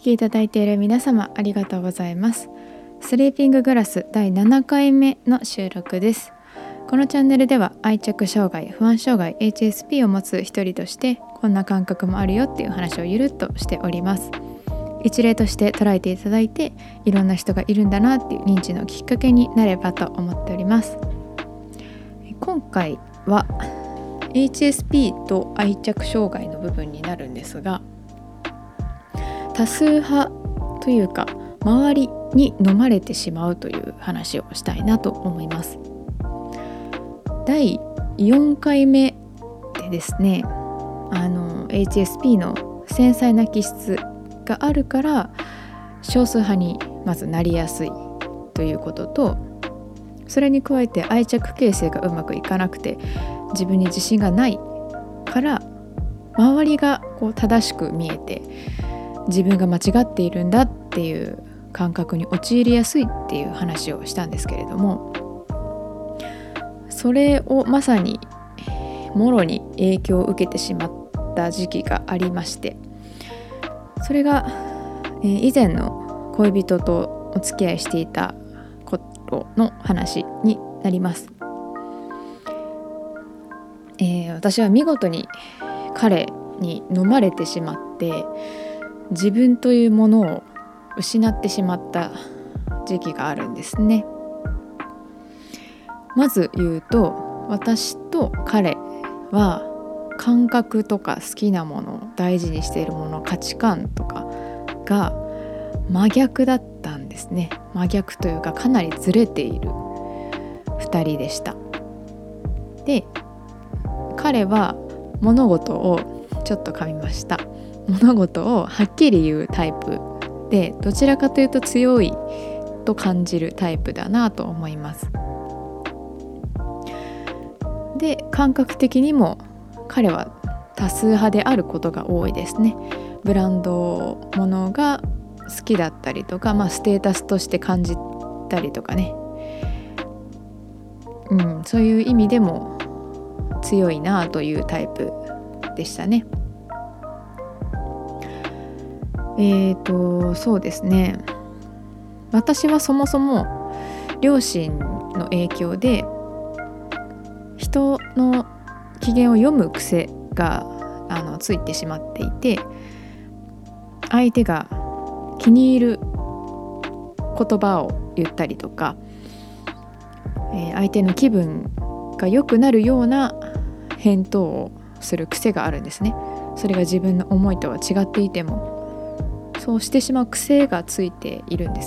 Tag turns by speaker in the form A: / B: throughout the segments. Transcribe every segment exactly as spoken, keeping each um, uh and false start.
A: 聞きいただいている皆様ありがとうございます。スリーピンググラスだいななかいめの収録です。このチャンネルでは愛着障害、不安障害、エイチエスピー を持つ一人としてこんな感覚もあるよっていう話をゆるっとしております。一例として捉えていただいて、いろんな人がいるんだなっていう認知のきっかけになればと思っております。今回は エイチエスピー と愛着障害の部分になるんですが、多数派というか周りに飲まれてしまうという話をしたいなと思います。だいよんかいめでですね、あの エイチエスピー の繊細な気質があるから少数派にまずなりやすいということと、それに加えて愛着形成がうまくいかなくて自分に自信がないから周りがこう正しく見えて自分が間違っているんだっていう感覚に陥りやすいっていう話をしたんですけれども、それをまさにもろに影響を受けてしまった時期がありまして、それが、えー、以前の恋人とお付き合いしていたことの話になります。えー、私は見事に彼に飲まれてしまって自分というものを失ってしまった時期があるんですね。まず言うと、私と彼は感覚とか好きなもの、大事にしているもの、価値観とかが真逆だったんですね。真逆というかかなりずれているふたりでした。で、彼は物事をちょっと噛みました物事をはっきり言うタイプで、どちらかというと強いと感じるタイプだなと思います。で、感覚的にも彼は多数派であることが多いですね。ブランドものが好きだったりとか、まあ、ステータスとして感じたりとかね、うん、そういう意味でも強いなというタイプでしたね。えーとそうですね、私はそもそも両親の影響で人の機嫌を読む癖があのついてしまっていて、相手が気に入る言葉を言ったりとか、えー、相手の気分が良くなるような返答をする癖があるんですね。それが自分の思いとは違っていてもそうしてしまう癖がついているんです。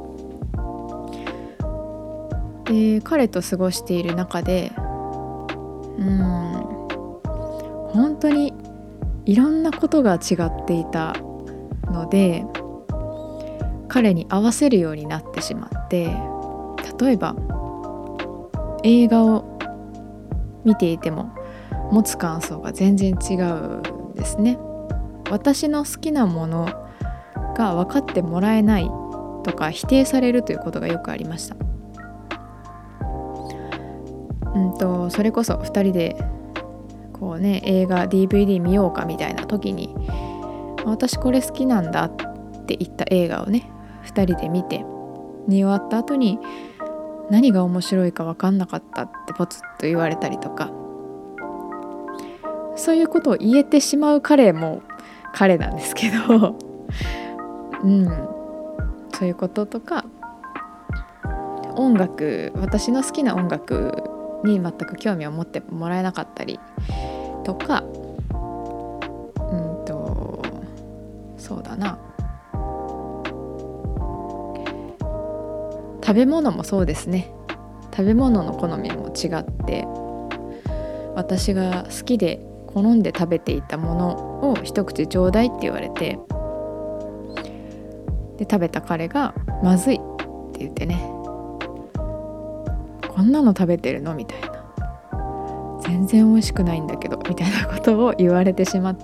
A: で、彼と過ごしている中でうーん本当にいろんなことが違っていたので、彼に合わせるようになってしまって、例えば映画を見ていても持つ感想が全然違うんですね。私の好きなものが分かってもらえないとか否定されるということがよくありました。うんとそれこそふたりでこうね、映画 ディーブイディー 見ようかみたいな時に、私これ好きなんだって言った映画をねふたりで見て、見終わった後に何が面白いか分かんなかったってポツッと言われたりとか、そういうことを言えてしまう彼も彼なんですけどうん、そういうこととか、音楽、私の好きな音楽に全く興味を持ってもらえなかったりとか、うんとそうだな、食べ物もそうですね。食べ物の好みも違って、私が好きで好んで食べていたものを一口ちょうだいって言われて、で食べた彼がまずいって言ってね、こんなの食べてるのみたいな、全然美味しくないんだけどみたいなことを言われてしまって、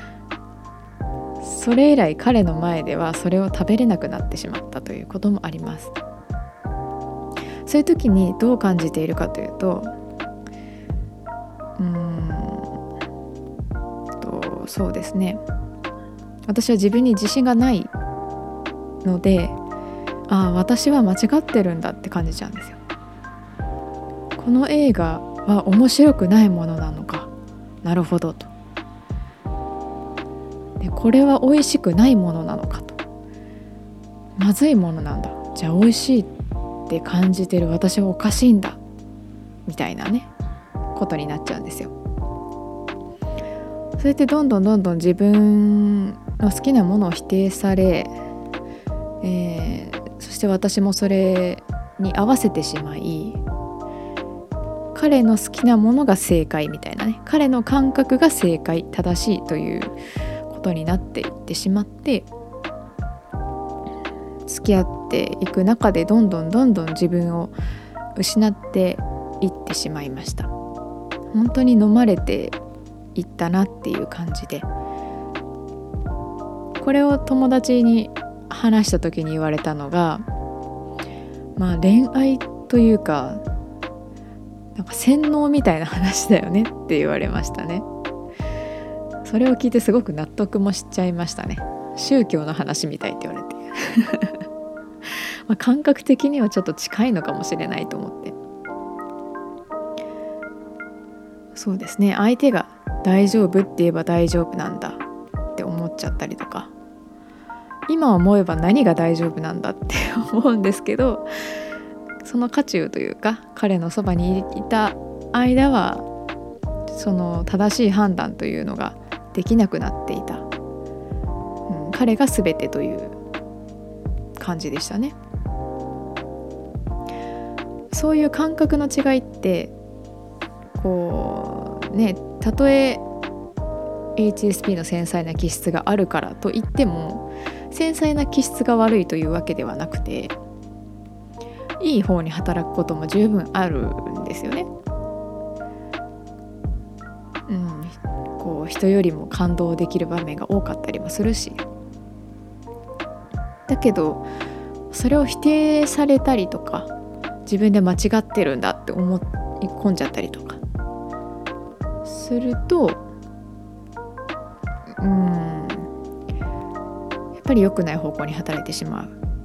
A: それ以来彼の前ではそれを食べれなくなってしまったということもあります。そういう時にどう感じているかというと、うーんとそうですね、 私は自分に自信がないので、ああ私は間違ってるんだって感じちゃうんですよ。この映画は面白くないものなのか、なるほどと。でこれは美味しくないものなのかと、まずいものなんだ、じゃあ美味しいって感じてる私はおかしいんだみたいなねことになっちゃうんですよ。それってどんどんどんどん自分の好きなものを否定され、えー、そして私もそれに合わせてしまい、彼の好きなものが正解みたいなね、彼の感覚が正解正しいということになっていってしまって、付き合っていく中でどんどんどんどん自分を失っていってしまいました。本当に飲まれていったなっていう感じで、これを友達に話した時に言われたのが、まあ恋愛というかなんか洗脳みたいな話だよねって言われましたね。それを聞いてすごく納得もしちゃいましたね。宗教の話みたいって言われてまあ感覚的にはちょっと近いのかもしれないと思って、そうですね、相手が大丈夫って言えば大丈夫なんだって思っちゃったりとか、今思えば何が大丈夫なんだって思うんですけど、その渦中というか彼のそばにいた間はその正しい判断というのができなくなっていた、うん、彼が全てという感じでしたね。そういう感覚の違いってこうね、たとえ エイチエスピー の繊細な気質があるからといっても、繊細な気質が悪いというわけではなくて、いい方に働くことも十分あるんですよね。うん、こう人よりも感動できる場面が多かったりもするし、だけどそれを否定されたりとか、自分で間違ってるんだって思い込んじゃったりとかすると、うん、やっぱり良くない方向に働いてしまう。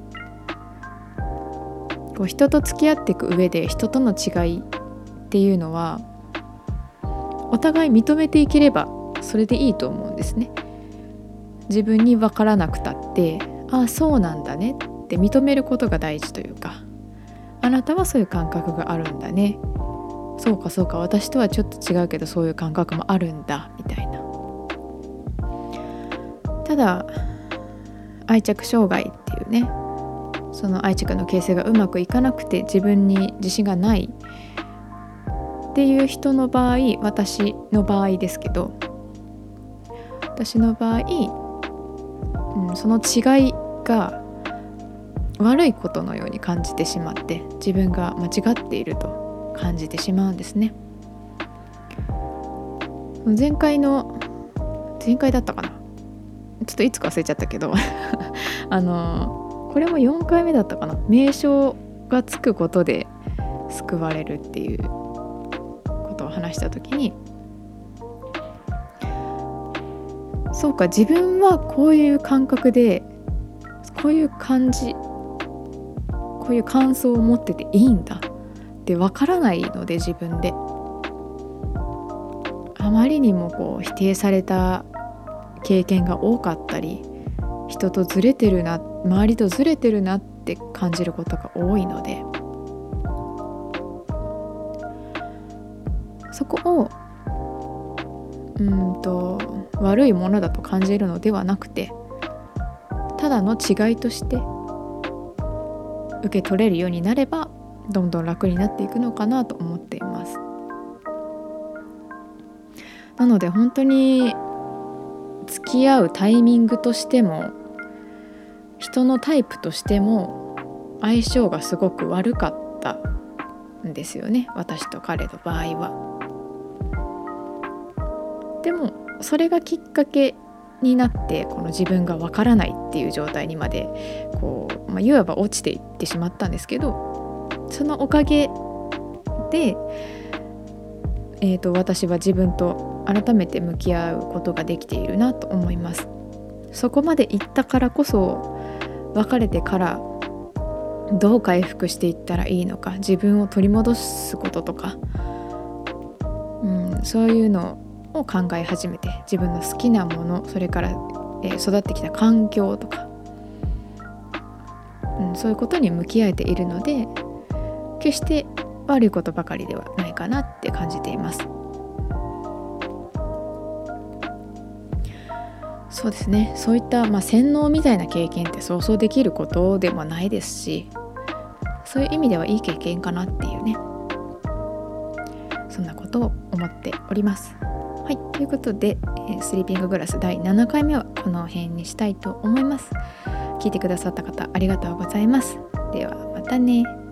A: こう人と付き合っていく上で人との違いっていうのはお互い認めていければそれでいいと思うんですね。自分に分からなくたって、ああそうなんだねって認めることが大事というか、あなたはそういう感覚があるんだね、そうかそうか私とはちょっと違うけどそういう感覚もあるんだみたいな。ただ愛着障害っていうね、その愛着の形成がうまくいかなくて自分に自信がないっていう人の場合、私の場合ですけど、私の場合、うん、その違いが悪いことのように感じてしまって、自分が間違っていると感じてしまうんですね。前回の前回だったかな、ちょっといつか忘れちゃったけどあのこれもよんかいめだったかな、名称がつくことで救われるっていうことを話したときに、そうか自分はこういう感覚でこういう感じこういう感想を持ってていいんだってわからないので、自分であまりにもこう否定された経験が多かったり、人とずれてるな、周りとずれてるなって感じることが多いので、そこをうんと悪いものだと感じるのではなくて、ただの違いとして受け取れるようになればどんどん楽になっていくのかなと思っています。なので本当に付き合うタイミングとしても人のタイプとしても相性がすごく悪かったんですよね、私と彼の場合は。でもそれがきっかけになって、この自分がわからないっていう状態にまでこう、まあ、いわば落ちていってしまったんですけど、そのおかげで、えーと、私は自分と改めて向き合うことができているなと思います。 そこまで行ったからこそ、別れてからどう回復していったらいいのか、自分を取り戻すこととか、うん、そういうのを考え始めて、自分の好きなもの、それから、えー、育ってきた環境とか、うん、そういうことに向き合えているので、決して悪いことばかりではないかなって感じています。そうですね、そういった、まあ、洗脳みたいな経験ってそうそうできることでもないですし、そういう意味ではいい経験かなっていうね、そんなことを思っております。はい、ということで、えー、スリーピンググラスだいななかいめはこの辺にしたいと思います。聞いてくださった方ありがとうございます。ではまたね。